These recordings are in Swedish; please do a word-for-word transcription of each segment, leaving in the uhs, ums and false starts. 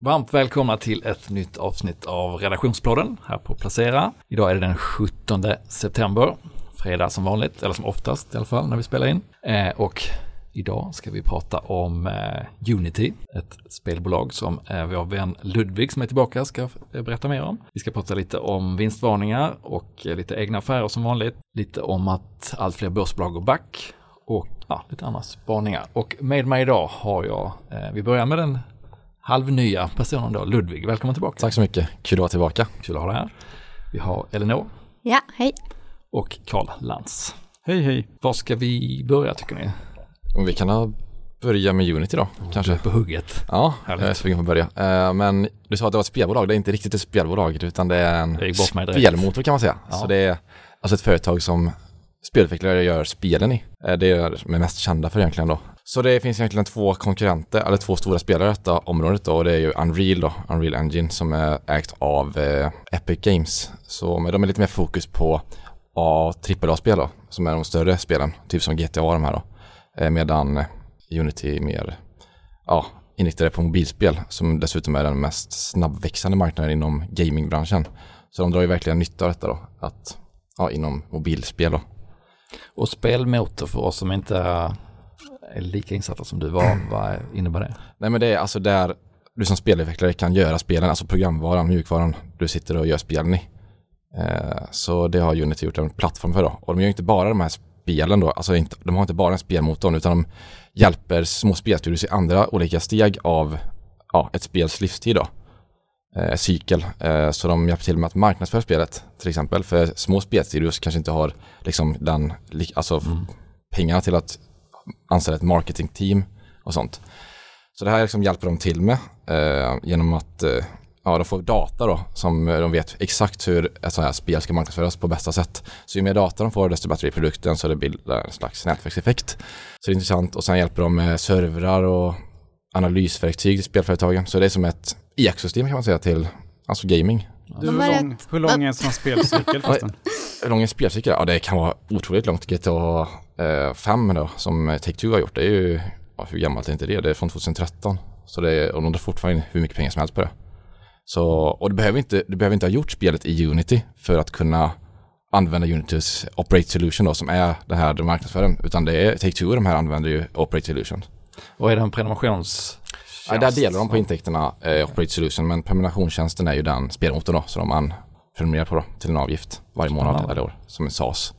Varmt välkomna till ett nytt avsnitt av Redaktionspodden här på Placera. Idag är det den sjuttonde september, fredag som vanligt, eller som oftast i alla fall när vi spelar in. Eh, och idag ska vi prata om eh, Unity, ett spelbolag som eh, vår vän Ludvig som är tillbaka ska eh, berätta mer om. Vi ska prata lite om vinstvarningar och eh, lite egna affärer som vanligt. Lite om att allt fler börsbolag går back och ja, lite andra spaningar. Och med mig idag har jag, eh, vi börjar med den halvnya personen då, Ludvig. Välkommen tillbaka. Tack så mycket. Kul att vara tillbaka. Kul att ha dig här. Vi har Elinor. Ja, hej. Och Karl Lantz. Hej, hej. Var ska vi börja tycker ni? Om vi kan ha börja med Unity då, oh, kanske. På hugget. Ja, härligt. Jag är sugen på att börja. Uh, men du sa att det var ett spelbolag. Det är inte riktigt ett spelbolag utan det är en det spelmotor kan man säga. Ja. Så det är alltså ett företag som spelutvecklare gör spelen i. Uh, det är de mest kända för egentligen då. Så det finns egentligen två konkurrenter, eller två stora spelare i detta området då, och det är ju Unreal då, Unreal Engine som är ägt av eh, Epic Games. Så men de är lite mer fokus på A A A-spel då, som är de större spelen, typ som G T A de här då. Eh, medan eh, Unity är mer ja, inriktade på mobilspel, som dessutom är den mest snabbväxande marknaden inom gamingbranschen. Så de drar ju verkligen nytta av detta då, att, ja, inom mobilspel då. Och spelmotor för oss som inte är lika insatta som du var, vad innebär det? Nej men det är alltså där du som spelutvecklare kan göra spelen, alltså programvaran, mjukvaran du sitter och gör spelen i. Eh, så det har Unity gjort en plattform för då. Och de gör inte bara de här spelen då, alltså inte, de har inte bara en spelmotor utan de hjälper små spelstudios i andra olika steg av ja, ett spels livstid då. Eh, cykel. Eh, så de hjälper till med att marknadsföra spelet till exempel, för små spelstudios kanske inte har liksom den, alltså mm. pengarna till att anställa ett marketingteam och sånt. Så det här liksom hjälper de till med eh, genom att eh, ja, de får data då, som de vet exakt hur ett sånt här spel ska marknadsföras på bästa sätt. Så ju mer data de får desto bättre i produkten, så det bildar en slags nätverkseffekt. Så det är intressant. Och sen hjälper de med servrar och analysverktyg till spelföretagen. Så det är som ett ekosystem kan man säga till alltså gaming. Du, hur, lång, hur lång är en sån spelcykel förresten? Hur lång är en spelcykel? Ja, det kan vara otroligt långt. G T A fem då, som Take-Two har gjort, det är ju, ja, hur gammalt är inte det? Det är från tjugohundratretton. Så det är, och de drar fortfarande hur mycket pengar som helst på det. Så, och du behöver, inte, du behöver inte ha gjort spelet i Unity för att kunna använda Unitys Operate Solution då, som är det här de marknadsfören. Utan det är Take-Two de här använder ju Operate Solution. Och är det en prenumerations... Ja, där delar de på intäkterna eh, Operate Solution, men prenumerationstjänsten är ju den spelmotorn då, som man prenumererar på då, till en avgift varje månad ja. eller år, som en S A S.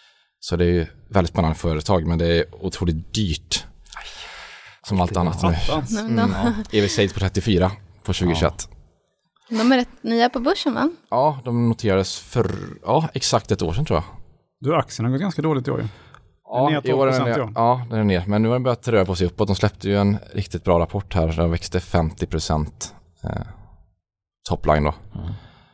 Så det är ju väldigt spännande företag, men det är otroligt dyrt. Som allt annat nu. Mm, ja. E V Sales på trettiofyra på tjugohundratjugoett. Ja. De är rätt nya på börsen, va? Ja, de noterades för ja, exakt ett år sedan tror jag. Du, aktien har gått ganska dåligt i år ju. Ja, i år är den ner. Ja, den är ner. Men nu har den börjat röra på sig uppåt. De släppte ju en riktigt bra rapport här. Den växte femtio procent eh, topline då. Mm.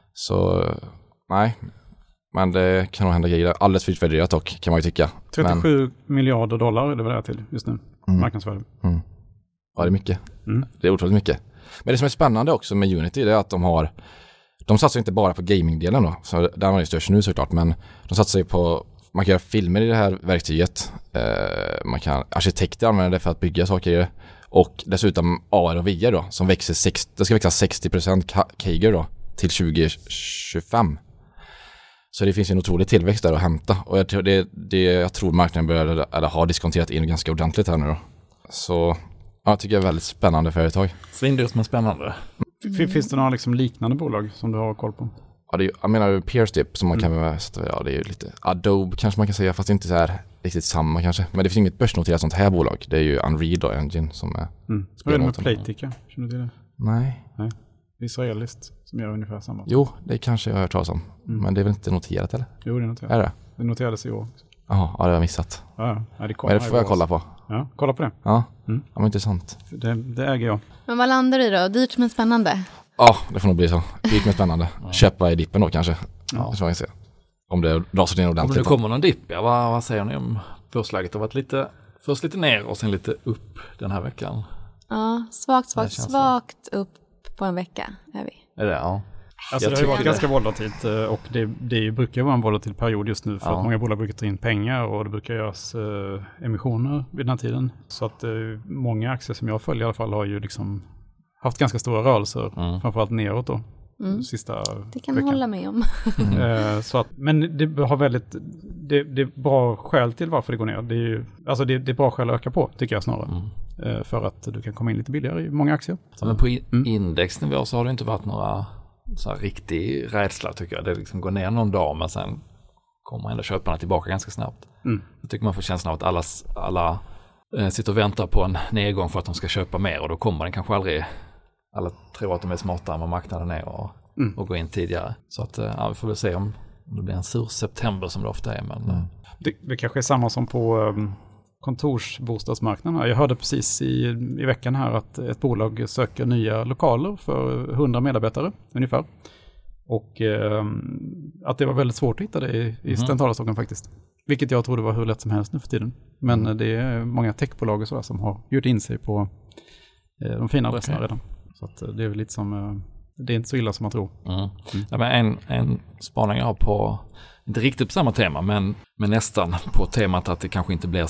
Så nej, men det kan nog hända grejer. Alldeles för utvärderat dock, kan man ju tycka. trettiosju men... miljarder dollar är det vad det är till just nu. Mm. Marknadsvärde. Mm. Ja, det är mycket. Mm. Det är otroligt mycket. Men det som är spännande också med Unity är att de har, de satsar inte bara på gamingdelen då. Så där var det störst nu såklart. Men de satsar ju på, man kan göra filmer i det här verktyget. Eh, man kan, arkitekter använder det för att bygga saker i det. Och dessutom A R och V R då, som växer sextio, det ska växa sextio procent C A G R då till tjugo tjugofem. Så det finns en otrolig tillväxt där att hämta. Och jag tror, det, det, jag tror marknaden börjar, eller har diskonterat in ganska ordentligt här nu då. Så ja, jag tycker det är väldigt spännande företag. Svindyrt men spännande. Mm. Finns det några liksom liknande bolag som du har koll på? Ja, det är, jag menar Peerstep som man mm. kan sätta, ja det är ju lite Adobe kanske man kan säga, fast inte så här riktigt samma kanske. Men det finns inget börsnoterat sånt här bolag. Det är ju Unreal och Engine som är. Mm. Vad är det med Playtika? Känner du till det? Nej. Nej. Israeliskt som gör ungefär samma. Jo, det kanske jag har hört talas om. Mm. Men det är väl inte noterat eller? Jo, det är noterat. Är det? Det noterades i år. Jaha, ja, det har jag missat. Ja, ja. Det, men det får jag kolla på. Ja, kolla på det. Ja, mm. ja men intressant. Det, det äger jag. Men vad landar i då? Dyrt men spännande? Ja, det får nog bli så. Dyrt men spännande. Ja. Köpa i dippen då kanske. Ja. Det får jag se. Om det rasar ner ordentligt. Om det kommer någon dipp, ja, vad, vad säger ni om börsläget? Det har varit lite, först lite ner och sen lite upp den här veckan. Ja, svagt, svagt, svagt upp på en vecka är vi. Är det, ja. Alltså det har ju varit ganska volatilt och det, det brukar ju vara en volatil period just nu för ja. att många bolag brukar ta in pengar och det brukar göras eh, emissioner vid den här tiden. Så att eh, många aktier som jag följer i alla fall har ju liksom haft ganska stora rörelser, mm. framförallt neråt då. Mm. Sista det kan veckan. man hålla med om. Mm. så att, men det har väldigt, det, det är bra skäl till varför det går ner. Det är ju, alltså det, det är bra skäl att öka på, tycker jag snarare. Mm. För att du kan komma in lite billigare i många aktier. Ja, men på mm. indexnivå så har det inte varit några så här riktig rädsla, tycker jag. Det liksom går ner någon dag, men sen kommer ändå köparna tillbaka ganska snabbt. Mm. Jag tycker man får känslan av att alla, alla eh, sitter och väntar på en nedgång för att de ska köpa mer, och då kommer den kanske aldrig. Alla tror att de är smartare än vad marknaden är och, mm. och går in tidigare. Så att, ja, vi får väl se om det blir en sur september som det ofta är. Men, mm. det, det kanske är samma som på um, kontorsbostadsmarknaden. Jag hörde precis i, i veckan här att ett bolag söker nya lokaler för hundra medarbetare ungefär. Och um, att det var väldigt svårt att hitta det i, i Stentalastågen faktiskt. Vilket jag trodde var hur lätt som helst nu för tiden. Men mm. det är många techbolag och sådär som har gjort in sig på eh, de fina adresserna okay. redan. Så att det är väl lite som, det är inte så illa som man tror. Mm. Mm. Ja, men en, en spaning jag har på, inte riktigt på samma tema, men, men nästan på temat att det kanske inte blir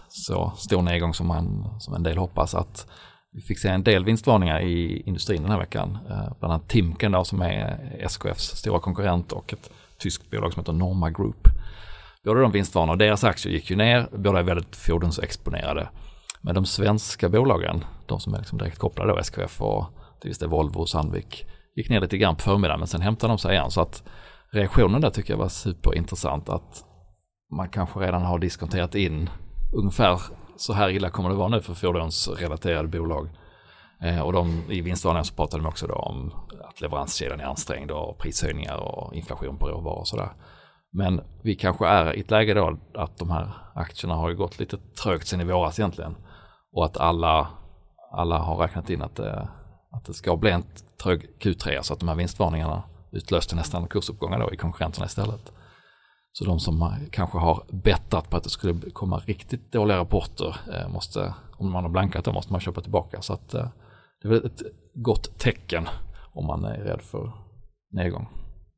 så stor nedgång som, man, som en del hoppas. Att vi fick se en del vinstvarningar i industrin den här veckan. Bland annat Timken då, som är S K Fs stora konkurrent, och ett tyskt bolag som heter Norma Group. Båda de vinstvarnar och deras aktier gick ju ner. Båda är väldigt fordonsexponerade. Men de svenska bolagen, de som är liksom direkt kopplade då, S K F och till viss del Volvo och Sandvik, gick ner lite grann på förmiddagen, men sen hämtade de sig igen. Så att reaktionen där tycker jag var superintressant, att man kanske redan har diskonterat in ungefär så här illa kommer det vara nu för fordonsrelaterade bolag. Eh, och de, i vinstvarningen så pratade de också då om att leveranskedjan är ansträngd och prishöjningar och inflation på råvaror och sådär. Men vi kanske är i ett läge då att de här aktierna har ju gått lite trögt sen i våras egentligen. Och att alla, alla har räknat in att det, att det ska bli en trög Q tre, så att de här vinstvarningarna utlöste nästan kursuppgångar då i konkurrenterna istället. Så de som kanske har bettat på att det skulle komma riktigt dåliga rapporter måste, om man har blankat det, måste man köpa tillbaka. Så att det är väl ett gott tecken om man är rädd för nedgång.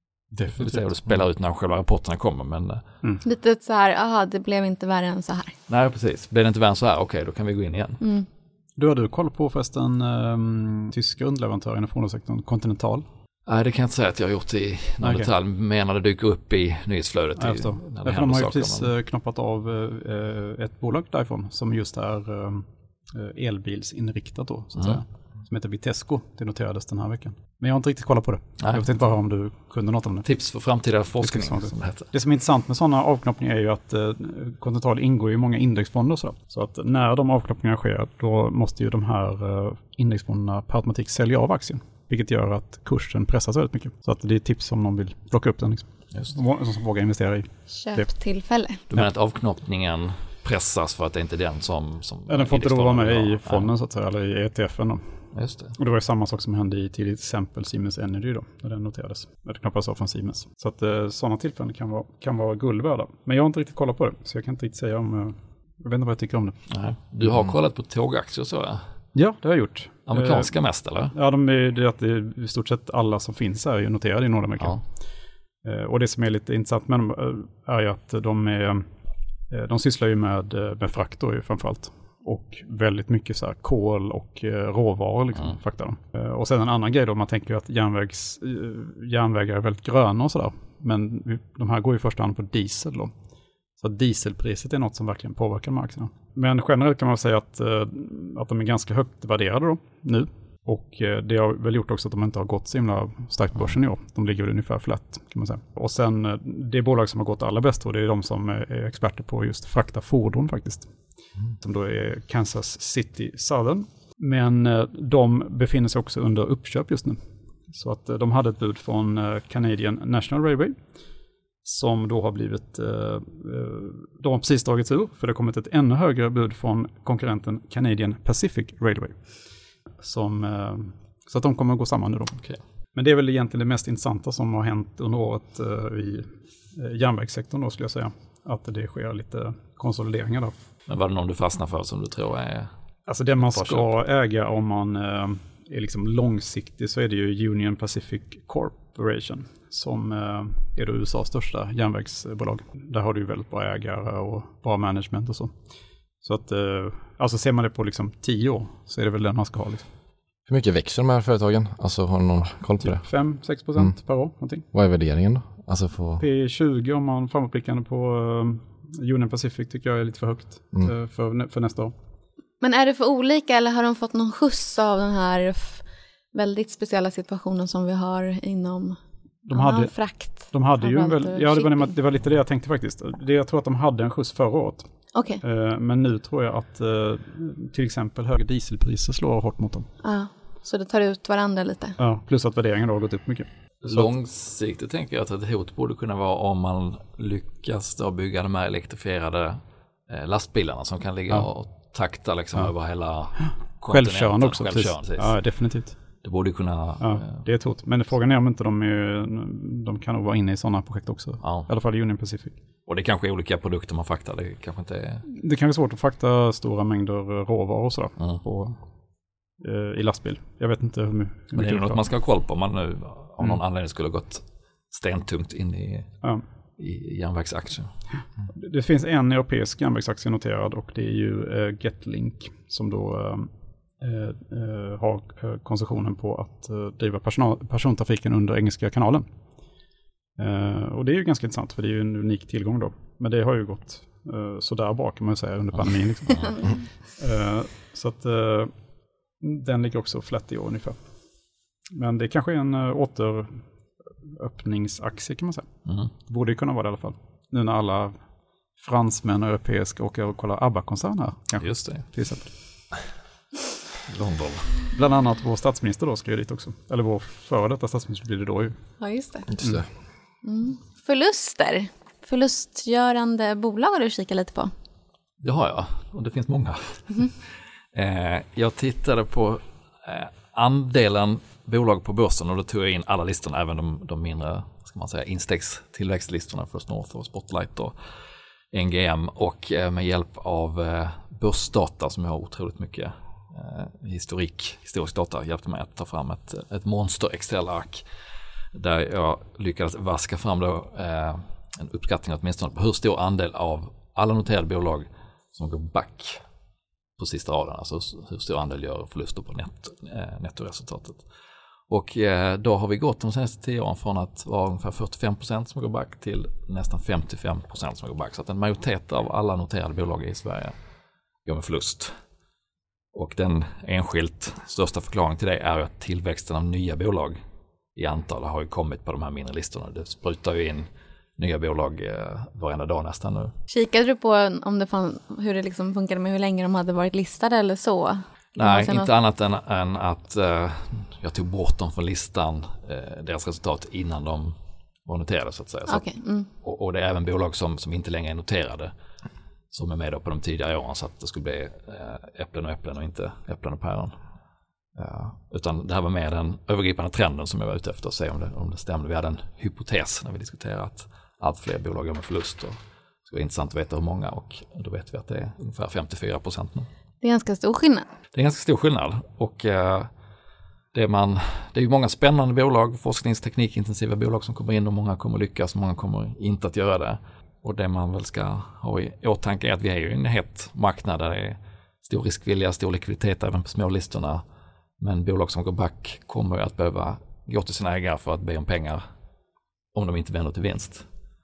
Det vill säga att det spelar ut när själva rapporterna kommer. Men, mm. Lite så här, aha, det blev inte värre än så här. Nej, precis. Blev det inte värre än så här, okej, okay, då kan vi gå in igen. Mm. Du har du koll på förresten um, tyska underleverantören i fordonssektorn, Continental? Nej, det kan jag inte säga att jag har gjort i någon okay. detalj, men när det dyker upp i nyhetsflödet. Ja, i, när det de har ju precis man... knoppat av uh, ett bolag därifrån som just är uh, elbilsinriktat då, så att mm. säga. Som heter Vitesco. Det noterades den här veckan. Men jag har inte riktigt kollat på det. Nej. Jag vet inte bara om du kunde något om det. Tips för framtida forskning. Som det, heter. Det som är intressant med sådana avknoppningar är ju att eh, Continental ingår i många indexfonder. Så, så att när de avknoppningarna sker, då måste ju de här eh, indexfonderna per automatik sälja av aktien. Vilket gör att kursen pressas väldigt mycket. Så att det är ett tips om någon vill plocka upp den. Liksom. Just det. Som vågar investera i. Köptillfälle. Du menar att avknoppningen pressas för att det inte är den som... som ja, den får inte då vara med i fonden så att säga, eller i E T F:en då. Just det. Och det var ju samma sak som hände i till exempel Siemens Energy då, när den noterades. När det knappast av från Siemens. Så att eh, sådana tillfällen kan vara, kan vara guldvärda. Men jag har inte riktigt kollat på det, så jag kan inte riktigt säga om... Eh, jag vet inte vad jag tycker om det. Nej. Du har kollat på tågaktier så ja? Ja, det har jag gjort. Amerikanska eh, mest eller? Ja, de är, det är att det är i stort sett alla som finns här är noterade i Nordamerika. Ja. Eh, och det som är lite intressant med dem är ju att de är... De sysslar ju med, med frakt då ju framförallt. Och väldigt mycket så här kol och eh, råvaror liksom, mm. fraktar de. Eh, och sen en annan grej då, man tänker ju att järnvägs, eh, järnvägar är väldigt gröna och sådär. Men vi, de här går ju i första hand på diesel då. Så dieselpriset är något som verkligen påverkar marknaden. Men generellt kan man säga att, eh, att de är ganska högt värderade då, nu. Och eh, det har väl gjort också att de inte har gått så himla starkt på börsen i år. De ligger väl ungefär flat kan man säga. Och sen eh, det bolag som har gått allra bäst då, det är de som är experter på just frakta fordon faktiskt. Mm. Som då är Kansas City Southern. Men eh, de befinner sig också under uppköp just nu. Så att eh, de hade ett bud från eh, Canadian National Railway. Som då har blivit, eh, de har precis dragits ur. För det har kommit ett ännu högre bud från konkurrenten Canadian Pacific Railway. Som, eh, så att de kommer att gå samman nu då. Okay. Men det är väl egentligen det mest intressanta som har hänt under året eh, i eh, järnvägssektorn då skulle jag säga. Att det sker lite konsolideringar då. Men var det någon du fastnar för som du tror är... Alltså det man ska äga om man eh, är liksom långsiktig så är det ju Union Pacific Corporation. Som eh, är då U S As största järnvägsbolag. Där har du ju väldigt bra ägare och bra management och så. Så att, eh, alltså ser man det på liksom tio år så är det väl den man ska ha liksom. Hur mycket växer de här företagen? Alltså har någon koll på det? fem till sex procent mm. per år. Någonting. Vad är värderingen då? Alltså för... P tjugo om man framåtblickande på uh, Union Pacific tycker jag är lite för högt mm. uh, för, för nästa år. Men är det för olika eller har de fått någon skjuts av den här f- väldigt speciella situationen som vi har inom de hade, frakt? De hade ju en väl, ja, det var, det var lite det jag tänkte faktiskt. Det, jag tror att de hade en skjuts förra året. Okay. Uh, men nu tror jag att uh, till exempel höga dieselpriser slår hårt mot dem. Ja, så det tar ut varandra lite. Ja, plus att värderingen då har gått upp mycket. Långsiktigt tänker jag att ett hot borde kunna vara om man lyckas då bygga de här elektrifierade eh, lastbilarna som kan ligga ja. och takta liksom ja. över hela självkörande också. Självkörande, ja, definitivt. Det borde kunna... Ja, eh, det är ett hot. Men frågan är om inte de är, de kan nog vara inne i sådana projekt också. Ja. I alla fall i Union Pacific. Och det kanske är olika produkter man fraktar. Det kanske inte är... Det kan vara svårt att frakta stora mängder råvaror och sådär mm. på, eh, i lastbil. Jag vet inte hur, hur mycket. Men det är något man ska ha koll på om man nu av någon mm. anledning skulle ha gått stentungt in i, ja. i järnvägsaktier. Mm. Det finns en europeisk järnvägsaktie noterad och det är ju uh, Getlink som då uh, uh, har koncessionen på att uh, driva personal, persontrafiken under Engelska kanalen. Uh, och det är ju ganska intressant för det är ju en unik tillgång då. Men det har ju gått uh, sådär bra kan man säga under pandemin. Liksom. uh, så att uh, den ligger också flätt i år ungefär. Men det kanske är en uh, återöppningsaktie kan man säga. Mm. Det borde ju kunna vara det i alla fall. Nu när alla fransmän och europeiska åker och kollar ABBA-konsert här. Kanske, just det. Till exempel. London. Bland annat vår statsminister då ska ju dit också. Eller vår före detta statsminister blir det då ju. Ja, just det. Just det. Mm. Förluster. Förlustgörande bolag har du kikat lite på. Det har jag. Och det finns många. Mm. eh, jag tittade på eh, andelen bolag på börsen och då tog jag in alla listorna, även de, de mindre ska man säga, instegs-tillväxtlistorna, First North och Spotlight och N G M, och eh, med hjälp av eh, börsdata som jag har otroligt mycket eh, historik, historisk data hjälpte mig att ta fram ett, ett monster Excel-ark där jag lyckades vaska fram då, eh, en uppskattning åtminstone på hur stor andel av alla noterade bolag som går back på sista raden, alltså hur stor andel gör förluster på netto, eh, nettoresultatet. Och eh, då har vi gått de senaste tio åren från att vara ungefär fyrtiofem procent som går back till nästan femtiofem procent som går back. Så att en majoritet av alla noterade bolag i Sverige går med förlust. Och den enskilt största förklaringen till det är att tillväxten av nya bolag i antal har ju kommit på de här mindre listorna. Det sprutar ju in nya bolag eh, varenda dag nästan nu. Kikade du på om det fann, hur det liksom funkade med hur länge de hade varit listade eller så? Nej, inte något... annat än, än att eh, jag tog bort dem från listan, eh, deras resultat innan de var noterade så att säga. Så okay. mm. och, och det är även bolag som, som inte längre är noterade som är med då på de tidigare åren, så att det skulle bli eh, äpplen och äpplen och inte äpplen och päron. Uh, utan det här var mer den övergripande trenden som jag var ute efter att se om det, om det stämde. Vi hade en hypotes när vi diskuterade att allt fler bolag går med förlust, och det skulle vara intressant att veta hur många, och då vet vi att det är ungefär femtiofyra procent nu. Det är ganska stor skillnad. Det är ganska stor skillnad, och uh, det, är man, det är ju många spännande bolag, forskningsteknikintensiva bolag som kommer in, och många kommer lyckas och många kommer inte att göra det. Och det man väl ska ha i åtanke är att vi är ju i en het marknad där det är stor riskvilja, stor likviditet även på smålistorna. Men bolag som går back kommer ju att behöva gå till sina ägare för att be om pengar om de inte vänder till vinst.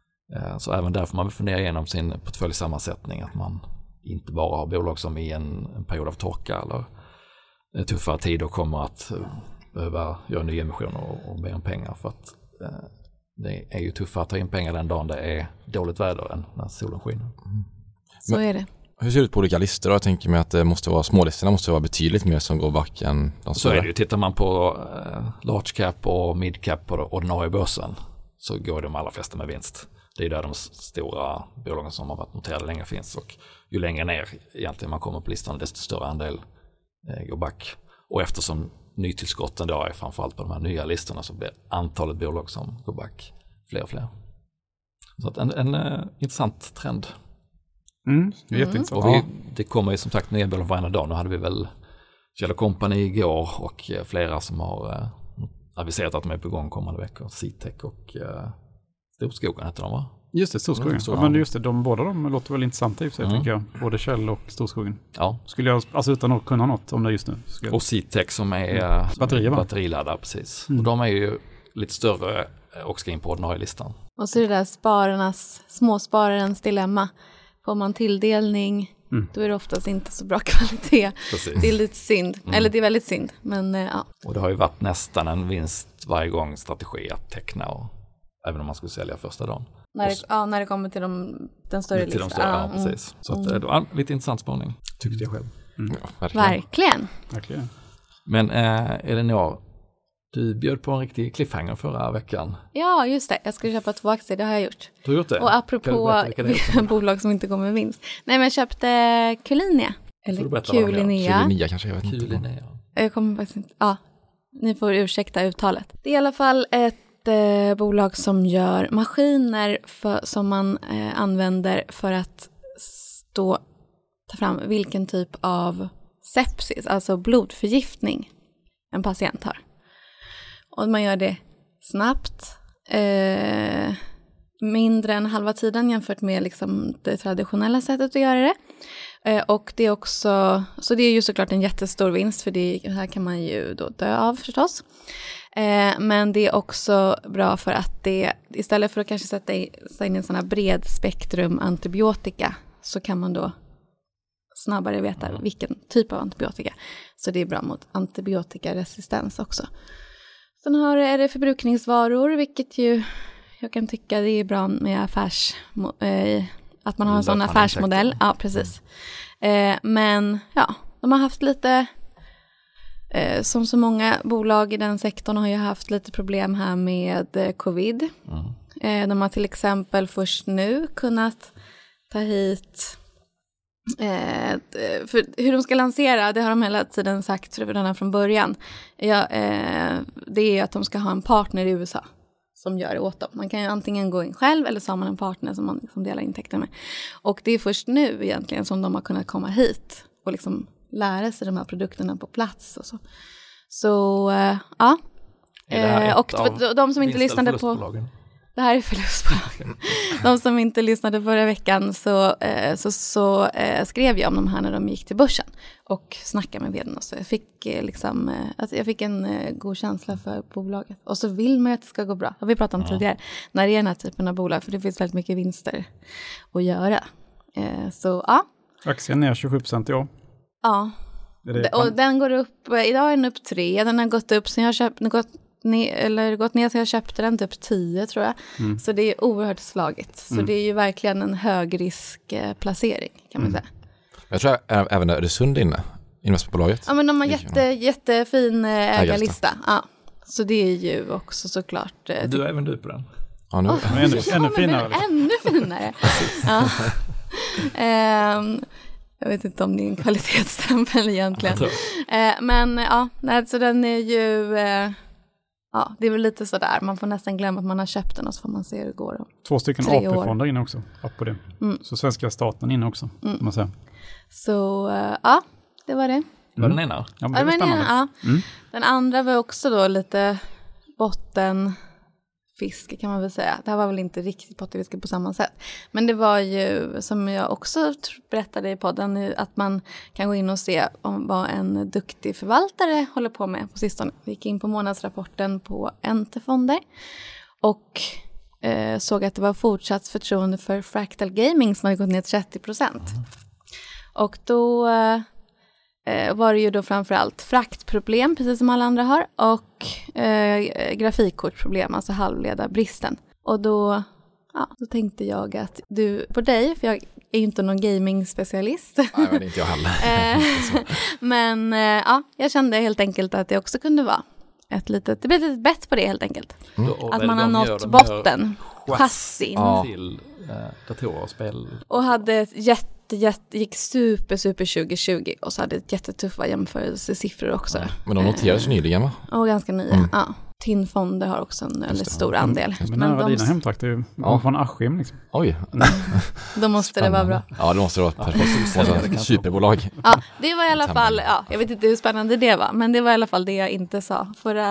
Så även där får man fundera igenom sin portföljsammansättning, att man inte bara har bolag som i en, en period av torka eller tuffare tider kommer att behöva göra nya emissioner och, och be om pengar, för att eh, det är ju tuffare att ta in pengar den dagen det är dåligt väder än när solen skiner. Mm. Så är det. Hur ser det ut på olika listor? Jag tänker mig att det måste vara, smålistorna måste vara betydligt mer som går back än de stora. Så är det ju. Tittar man på eh, large cap och mid cap på ordinarie börsen så går de allra flesta med vinst. Det är där de stora bolagen som har varit noterade länge finns, och ju längre ner egentligen man kommer på listan desto större andel eh, går back. Och eftersom nytillskotten då är framförallt på de här nya listorna så blir antalet bolag som går back fler och fler. Så att en, en uh, intressant trend. Mm, det är jätteintressant. Och vi, det kommer ju som sagt nya bolag varje dag. Nu hade vi väl Kjell och Company igår, och uh, flera som har uh, aviserat att de är på gång kommande veckor. Citec och uh, Storskogen heter de, va? Just det, Storskogen. Mm, så, ja, men just det, de, båda de låter väl intressanta i sig, mm. tycker jag. Både Kjell och Storskogen. Ja. Skulle jag, alltså utan att kunna något om det just nu. Jag... Och Citec som är mm. Batterier, batteriladdare, precis. Mm. Och de är ju lite större och ska in på ordinarie listan. Och så är det där spararnas, småspararens dilemma. Får man tilldelning, mm. då är det oftast inte så bra kvalitet. Precis. Det är lite synd. Mm. Eller det är väldigt synd. Men, ja. Och det har ju varit nästan en vinst varje gång strategi att teckna. Och, även om man skulle sälja första dagen. När det, ja, när det kommer till de, den större listan. De ja, ja, precis. Mm. Så att, det var lite intressant spaning, tyckte jag själv. Mm. Ja, verkligen. Verkligen. verkligen. Men äh, Elinor, du bjöd på en riktig cliffhanger förra veckan. Ja, just det. Jag skulle köpa två aktier, det har jag gjort. Du har gjort det? Och apropå bolag som inte går med vinst. Nej, men jag köpte Q-Linea. Eller Q-Linea. Q-Linea kanske, jag vet inte. Q-Linea. Jag kommer faktiskt inte... Ja, ni får ursäkta uttalet. Det är i alla fall ett eh, bolag som gör maskiner för, som man eh, använder för att stå, ta fram vilken typ av sepsis, alltså blodförgiftning, en patient har. Och man gör det snabbt, eh, mindre än halva tiden jämfört med liksom det traditionella sättet att göra det. Eh, och det är också, så det är ju såklart en jättestor vinst, för det här kan man ju då dö av förstås. Eh, men det är också bra för att det, istället för att kanske sätta in, sätta in en sån här bred spektrum antibiotika, så kan man då snabbare veta vilken typ av antibiotika. Så det är bra mot antibiotikaresistens också. Sen har, är det förbrukningsvaror, vilket ju jag kan tycka det är bra med affärs, eh, att man har en sån affärsmodell. Ja, precis. Eh, men ja, de har haft lite, eh, som så många bolag i den sektorn har ju haft lite problem här med eh, covid. Mm. Eh, de har till exempel först nu kunnat ta hit... Eh, för hur de ska lansera, det har de hela tiden sagt redan från början. Ja, eh, det är att de ska ha en partner i U S A som gör det åt dem. Man kan ju antingen gå in själv eller så har man en partner som man liksom delar intäkter med. Och det är först nu egentligen som de har kunnat komma hit och liksom lära sig de här produkterna på plats. Och så så eh, ja. Eh, och de, de som inte lyssnade på... Det här är förlustbolag. De som inte lyssnade förra veckan så, eh, så, så eh, skrev jag om de här när de gick till börsen och snackade med vdn. Så jag fick, eh, liksom, eh, alltså jag fick en eh, god känsla för bolaget. Och så vill man att det ska gå bra. Det har vi pratat om ja. tidigare. När det är den här typen av bolag. För det finns väldigt mycket vinster att göra. Eh, så ja. Aktien är tjugosju procent i år. Ja. Det och den går upp. Idag är den upp tre. Den har gått upp sen jag köpt. Den har gått Ner, eller gått ner så jag köpte den typ tio tror jag. Mm. Så det är oerhört slagigt. Så mm. det är ju verkligen en högrisk eh, placering kan man mm. säga. Jag tror jag, även Öresund inne, investmentbolaget. Ja, men de har jätte, jättefin eh, ägarlista. Ja, så det är ju också såklart. Eh, du är även du på den. Ja, nu. Ja, ännu, ännu finare. Ännu finare. Ja. um, jag vet inte om det är en kvalitetsstämpel egentligen. Eh, men ja, nej, så den är ju... Eh, Ja, det är väl lite sådär. Man får nästan glömma att man har köpt den och så får man se hur det går. Om Två stycken A P-fonder inne också. På det. Mm. Så svenska staten inne också. Mm. Man säga. Så uh, ja, det var det. Var den ena? Ja, men det var ja, spännande. Ja. Mm. Den andra var också då lite bottenfiske kan man väl säga. Det här var väl inte riktigt bottenfiske på samma sätt. Men det var ju, som jag också berättade i podden, att man kan gå in och se om vad en duktig förvaltare håller på med på sistone. Vi gick in på månadsrapporten på Ente-fonder och eh, såg att det var fortsatt förtroende för Fractal Gaming som hade gått ner trettio procent. Och då... Eh, var det ju då framförallt fraktproblem, precis som alla andra har, och eh, grafikkortproblem, alltså halvledarbristen. Och då, ja, då tänkte jag att du, på dig, för jag är ju inte någon gaming-specialist. Nej, men inte jag heller. men eh, ja, jag kände helt enkelt att det också kunde vara ett litet, det blev ett litet bett på det helt enkelt. Mm. Att man har nått botten, chassin. Ja. Till eh, datorer och spel. Och hade ett jätte Jätte, gick super, super tjugo tjugo och så hade ett jättetuffa jämförelsesiffror också. Ja, men de noterades nyligen va? Och ganska nya, mm. ja. Tinfonder har också en väldigt stor andel. Men, men nära de... dina hemtrakter, ja. Från Askim liksom. Oj. Då måste spännande. Det vara bra. Ja, det måste det vara perfekt. Superbolag. Ja, det var i alla fall, ja, jag vet inte hur spännande det var, men det var i alla fall det jag inte sa förra,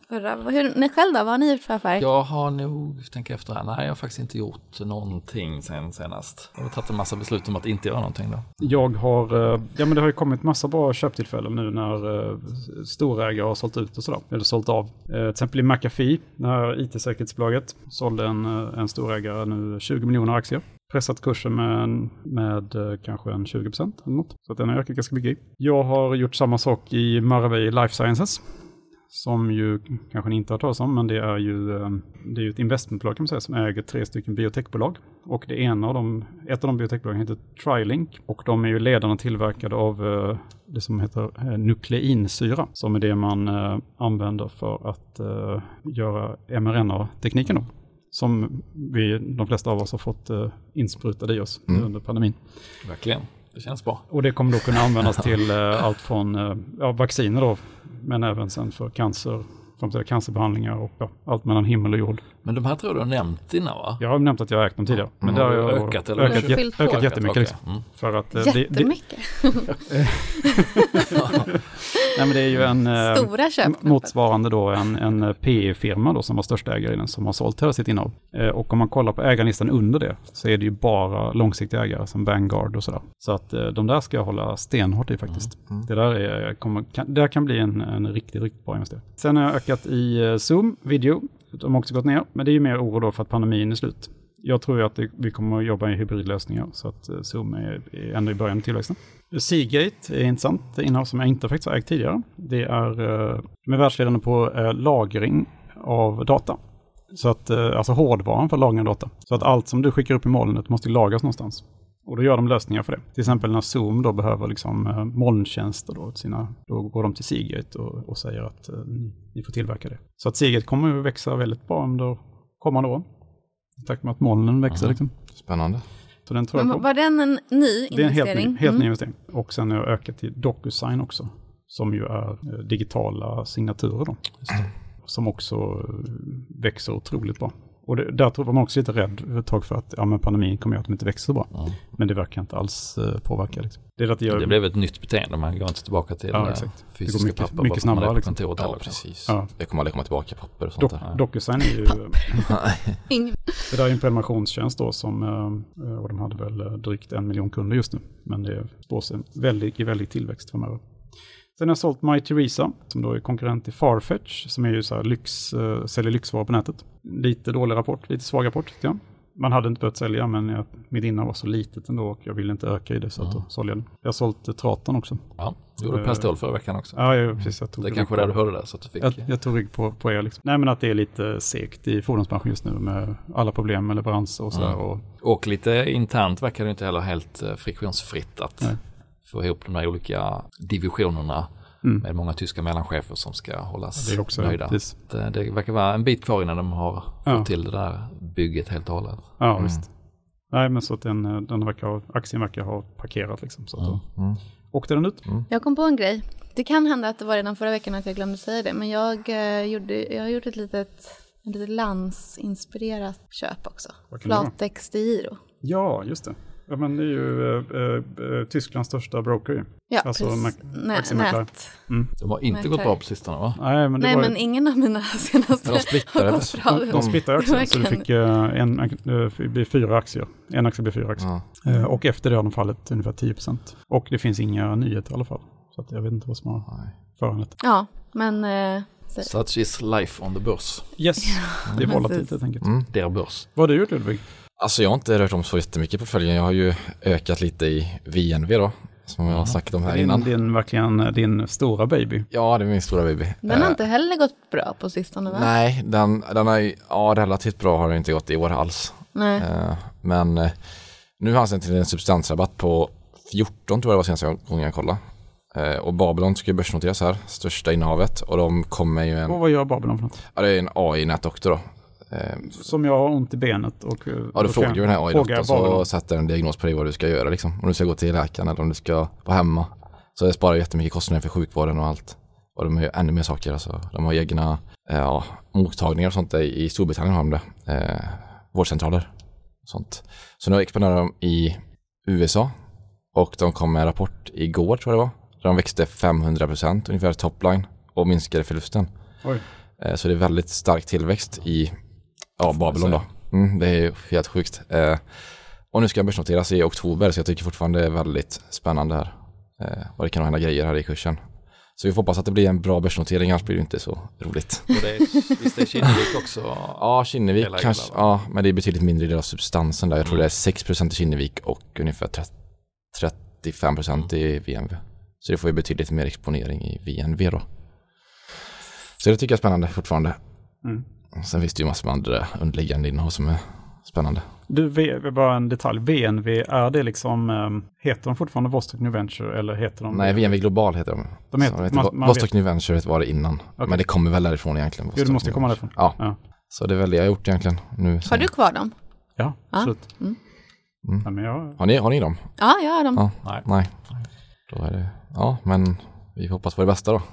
förra. Hur, ni själv då? Vad har ni gjort för affär? Jag har nog, tänker efter här, nej jag har faktiskt inte gjort någonting sen senast. Jag har tagit en massa beslut om att inte göra någonting då. Jag har, ja men det har ju kommit massa bra köptillfällen nu när uh, storägare har sålt ut och sådär. Eller sålt av. Uh, till exempel i McAfee, det här I T-säkerhetsbolaget, sålde en, en storägare nu tjugo miljoner aktier. Pressat kursen med, med uh, kanske en tjugo procent eller något. Så att den har ökat ganska mycket. Jag har gjort samma sak i Maravai Life Sciences. Som ju kanske ni inte har talat om, men det är ju, det är ju ett investmentbolag kan man säga som äger tre stycken biotechbolag. Och det ena av dem, ett av de biotechbolagen heter TriLink och de är ju ledarna tillverkade av det som heter nukleinsyra som är det man använder för att göra mRNA-tekniken då. Som vi, de flesta av oss har fått insprutade i oss mm. under pandemin. Verkligen. Det känns bra. Och det kommer då kunna användas till uh, allt från uh, ja, vacciner då, men även sen för cancer, framtida cancerbehandlingar och ja, allt mellan himmel och jord. Men de här tror du har nämnt innan va? Jag har nämnt att jag har ägt dem tidigare. Men mm. det har jag ökat, eller? ökat, jät- ökat, ökat jättemycket. Okay. Liksom. Mm. För att, uh, Jättemycket. Det, det, Nej, men det är ju en Stora köp, motsvarande då en, en P E-firma då som var största ägare i den som har sålt hela sitt innehav. Eh, och om man kollar på ägarlistan under det så är det ju bara långsiktiga ägare som Vanguard och sådär. Så att eh, de där ska jag hålla stenhårt i faktiskt. Mm. Mm. Det där, är, kommer, kan, det där kan bli en, en riktigt, riktigt bra investering. Sen har jag ökat i eh, Zoom, video. De har också gått ner. Men det är ju mer oro då för att pandemin är slut. Jag tror ju att det, vi kommer att jobba i hybridlösningar så att uh, Zoom är, är ändå i början av tillväxten. Seagate är intressant. Det innehav som jag inte faktiskt har ägt tidigare. Det är uh, med världsledande på uh, lagring av data. Så att, uh, alltså hårdvaran för lagring av data. Så att allt som du skickar upp i molnet måste lagras någonstans. Och då gör de lösningar för det. Till exempel när Zoom då behöver liksom uh, molntjänster då, sina, då går de till Seagate och, och säger att uh, ni får tillverka det. Så att Seagate kommer att växa väldigt bra under kommande år. Tack med att molnen växer. Liksom. Spännande. Så den tror Men, jag på. var den en ny investering? Det är en helt ny, helt mm. ny investering. Och sen har jag ökat till DocuSign också. Som ju är digitala signaturer då. Som också växer otroligt bra. Och det, där tror man också lite rädd ett tag för att ja, men pandemin kommer göra att de inte växer så bra. Mm. Men det verkar inte alls uh, påverka. Liksom. Det, är att jag... det blev ett nytt beteende. Man går inte tillbaka till ja, fysiska mycket, papper. Mycket snabbare. Liksom. Kontoret ja, heller, precis. Ja. Jag kommer aldrig komma tillbaka papper och sånt Do- där. DocuSign är ju... det där är en prenumerationstjänst då som... Uh, och de hade väl drygt en miljon kunder just nu. Men det spås en väldigt, väldigt tillväxt framöver. Sen har jag sålt MyTheresa som då är konkurrent till Farfetch som är ju så här lyx, uh, säljer lyxvaror på nätet. Lite dålig rapport, lite svag rapport. Ja. Man hade inte börjat sälja men jag, mitt innehav var så litet ändå och jag ville inte öka i det så mm. att sålde jag den. Jag har sålt uh, Traton också. Ja, du gjorde Per Ståhl förra veckan också. Ja, jag, precis. Jag tog det är kanske där du hörde det så att du fick... Jag, jag tog rygg på, på er liksom. Nej men att det är lite segt i fordonsbranschen just nu med alla problem med leveranser och sådär. Mm. Och, och lite internt verkar det inte heller helt uh, friktionsfritt att Nej. få ihop de där olika divisionerna. Mm. Med många tyska mellanchefer som ska hållas det är också, nöjda. Det, det verkar vara en bit kvar innan de har fått ja. till det där bygget helt och hållet. Ja, mm. visst. Nej, men så att den, den verkar, aktien verkar ha parkerat liksom. Så att mm. då mm. åkte den ut. Mm. Jag kom på en grej. Det kan hända att det var redan förra veckan att jag glömde säga det. Men jag, eh, gjorde, jag har gjort ett litet, ett litet landsinspirerat köp också. Flatex de Giro. Ja, just det. Ja, men det är ju äh, äh, Tysklands största broker. Ja, alltså precis. Nät. Mm. De har inte gått bra på sistone, va? Nej, men, det Nej, var men ju... ingen av mina senaste de splittade. har gått bra. De, de splittade också, så du fick uh, en, uh, blir fyra aktier. En aktie blir fyra aktier. Ja. Uh, och efter det har de fallit ungefär tio procent. Och det finns inga nyheter i alla fall. Så att jag vet inte vad som har föranlett. Ja, men... Uh, Such is life on the börs. Yes, ja, det är volatilt helt enkelt. Mm. Det är börs. Vad har du gjort, Ludvig? Alltså jag har inte rört om så jättemycket på följen. Jag har ju ökat lite i V N V då. Som jag har snackat om här din, innan. Din verkligen din stora baby. Ja, det är min stora baby. Den har inte heller gått bra på sistone, va? Nej, den, den är ja, relativt bra har det inte gått i år alls. Nej. Men nu har han till en substansrabatt på fjorton tror jag det var senaste gången jag kollade. Och Babylon ska ju börsnoteras här, största innehavet. Och de kommer ju en... Och vad gör Babylon för något? Ja, det är en A I-nätdoktor då. Som jag har ont i benet. Och, ja, du frågar ju den här A I-doktorn så sätter en diagnos på dig vad du ska göra. Liksom. Om du ska gå till läkaren eller om du ska vara hemma. Så det sparar jättemycket kostnader för sjukvården och allt. Och de gör ännu mer saker. Alltså. De har egna ja, mottagningar och sånt där. I Storbritannien har de det. Eh, vårdcentraler. Sånt. Så nu expanderar de i U S A. Och de kom med en rapport igår tror jag det var. Där de växte femhundra procent ungefär topline och minskade förlusten. Oj. Eh, så det är väldigt stark tillväxt i ja, Babylon då. Mm, det är helt sjukt. Eh, och nu ska jag börsnoteras i oktober, så jag tycker fortfarande det är väldigt spännande här. Eh, och det kan hända grejer här i kursen. Så vi får hoppas att det blir en bra börsnotering, annars blir det inte så roligt. Och det är, visst är Kinnevik också? Ja, Kinnevik kanske. Ja, men det är betydligt mindre del av substansen där. Jag tror det är sex procent i Kinnevik och ungefär trettiofem procent i V N V. Så det får ju betydligt mer exponering i V N V då. Så det tycker jag är spännande fortfarande. Mm. Sen finns det ju massor med andra underliggande innehåll som är spännande. Du, bara en detalj. V N V, är det liksom, um, heter de fortfarande Vostok New Venture eller heter de? Nej, V N V Global heter de. De heter, heter man, man Vostok New Venture var det innan. Okay. Men det kommer väl därifrån egentligen. Jo, det måste komma därifrån. Ja. ja, så det är väl det jag har gjort egentligen. Nu, har du kvar dem? Ja, absolut. Ja. Mm. Mm. Ja, men jag... har, ni, har ni dem? Ja, jag har dem. Ja. Nej. Nej. Då är det... Ja, men vi hoppas på det bästa då.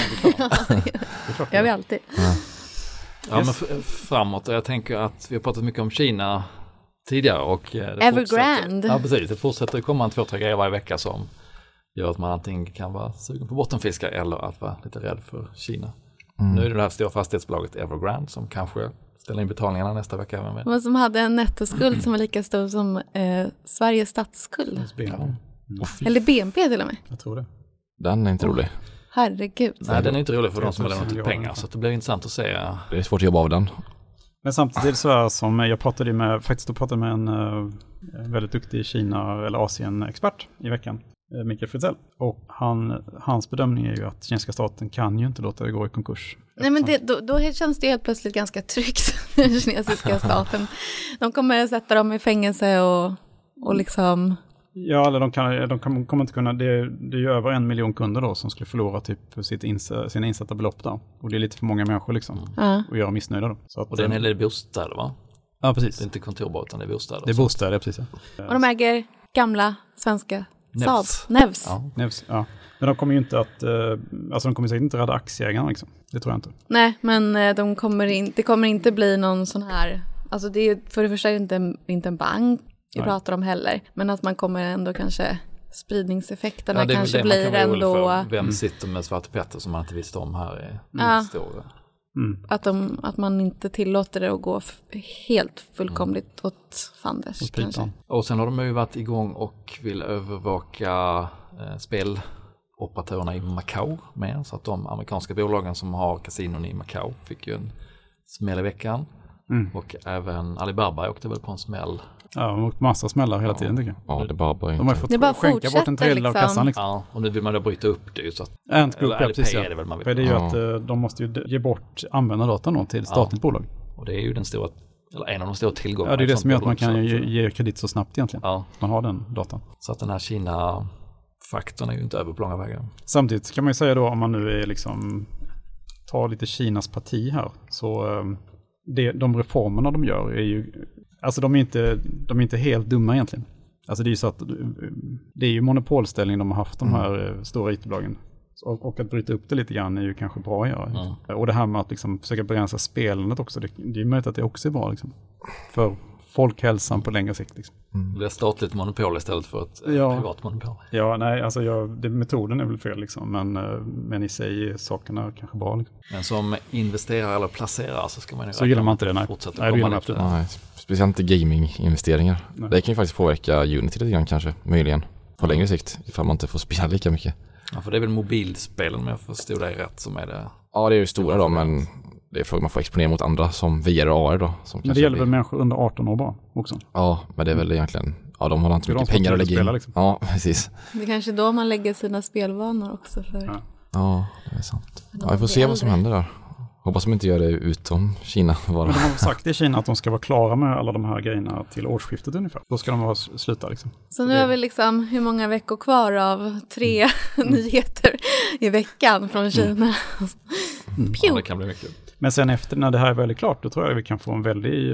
Det gör vi alltid. Ja. Ja, men f- framåt. Jag tänker att vi har pratat mycket om Kina tidigare. Och det Evergrande. Ja, precis. Det fortsätter att komma en två, tre grejer varje vecka som gör att man antingen kan vara sugen på bottenfiskar eller att vara lite rädd för Kina. Mm. Nu är det det här stora fastighetsbolaget Evergrande som kanske ställer in betalningarna nästa vecka. Även med. Men som hade en nettoskuld som var lika stor som eh, Sveriges statsskuld. Ja. Mm. Eller B N P till och med. Jag tror det. Den är inte rolig. Herregud. Nej, den är inte rolig för de som har lämnat ut pengar. Så det blir intressant att se. Det är svårt att jobba av den. Men samtidigt så är som jag pratade med, faktiskt då pratade med en uh, väldigt duktig Kina- eller Asien-expert i veckan, uh, Mikael Fritzell. Och han, hans bedömning är ju att kinesiska staten kan ju inte låta det gå i konkurs. Nej, men det, då, då känns det helt plötsligt ganska tryggt för den kinesiska staten. De kommer att sätta dem i fängelse och, och liksom... Ja, eller de, kan, de kan, kommer inte kunna, det, det är ju över en miljon kunder då som skulle förlora typ sitt ins, sina insatta belopp där. Och det är lite för många människor liksom mm. att göra missnöjda då. Så att, och det är en hel del bostäder, va? Ja, precis. Det är inte kontorbart utan det är bostäder. Det är bostäder, precis. Ja. Och de äger gamla svenska Saab. Nevs. Ja. Nevs, ja. Men de kommer ju inte att, alltså de kommer säkert inte rädda aktieägarna liksom. Det tror jag inte. Nej, men de kommer in, det kommer inte bli någon sån här, alltså det är ju för det första inte, inte en bank vi Nej. pratar om heller. Men att man kommer ändå kanske, spridningseffekterna ja, kanske blir kan ändå... Vem sitter med Svarte Petter som man inte visste om här är ja. stora. Mm. Att, de, att man inte tillåter det att gå f- helt fullkomligt mm. åt fanders kanske. Och sen har de ju varit igång och vill övervaka eh, speloperatörerna i Macau med. Så att de amerikanska bolagen som har kasinon i Macau fick ju en smäll i veckan. Mm. Och även Alibaba åkte väl på en smäll. Ja, de har åkt massa smällar hela ja. tiden tycker jag. Ja, det bara bara de har fått bara skänka bort en tredjedel liksom. Av kassan liksom. Ja, och nu vill man då bryta upp det. Så att, Ant Group, ja, precis. Är det väl man vill. För det är ju ja. att de måste ju ge bort användardatan då till statligt ja. bolag. Och det är ju den stora, eller en av de stora tillgångarna. Ja, det är det som gör att man kan ge, ge kredit så snabbt egentligen. Ja. Man har den datan. Så att den här Kina-faktorn är ju inte över på långa vägar. Samtidigt kan man ju säga då, om man nu är liksom tar lite Kinas parti här, så det, de reformerna de gör är ju, alltså de är inte, de är inte helt dumma egentligen. Alltså det är ju så att det är ju monopolställning de har haft, de här mm. stora I T-bolagen. Och, och att bryta upp det lite grann är ju kanske bra att göra. Mm. Och det här med att liksom försöka begränsa spelandet också, det, det är möjligt att det också är bra liksom. För folkhälsan på längre sikt. Liksom. Mm. Det är statligt monopol istället för ett ja. privat monopol. Ja, nej, alltså jag, det, metoden är väl fel liksom, men, men i sig är sakerna kanske bra. Liksom. Men som investerare eller placerare så ska man ju så gillar man inte det, nej. Fortsätta nej, komma det lite. Nej, speciellt inte gaming-investeringar. Nej. Det kan ju faktiskt påverka Unity lite grann kanske, möjligen. På längre sikt, ifall man inte får spela lika mycket. Ja, för det är väl mobilspelen om jag förstod dig rätt som är det. Ja, det är ju stora då, men det är frågan man får exponera mot andra som V R och A R då. Som men det gäller blir... väl människor under arton år bara också? Ja, men det är väl egentligen, ja de har inte mycket pengar att lägga in. Liksom. Ja, precis. Det är kanske då man lägger sina spelvanor också. För... Ja. ja, det är sant. Ja, vi får se vad som händer där. Hoppas de inte gör det utom Kina. Bara. Men de har sagt i Kina att de ska vara klara med alla de här grejerna till årsskiftet ungefär. Då ska de vara sluta liksom. Så nu har vi liksom hur många veckor kvar av tre mm. nyheter i veckan från Kina. Mm. Mm. Ja, det kan bli mycket. Men sen efter när det här är väldigt klart, då tror jag att vi kan få en väldig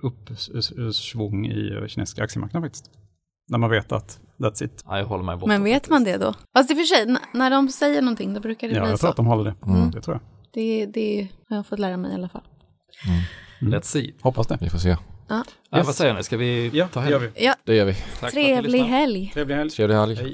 uppsvung i kinesiska aktiemarknaden faktiskt. När man vet att that's it. Ja, jag håller mig borta. Men vet faktiskt. Man det då? Fast i och för sig, n- när de säger någonting då brukar det ja, bli så. Ja, jag tror att de håller det. Mm. Det tror jag. Det, det har jag fått lära mig i alla fall. Mm. Mm. Let's see. Hoppas det. Vi får se. Ja. Ja, yes. Vad säger ni? Ska vi ja, ta helg? Det gör vi. Ja. Det gör vi. Tack. Trevlig helg. Trevlig helg. Trevlig helg. Hej.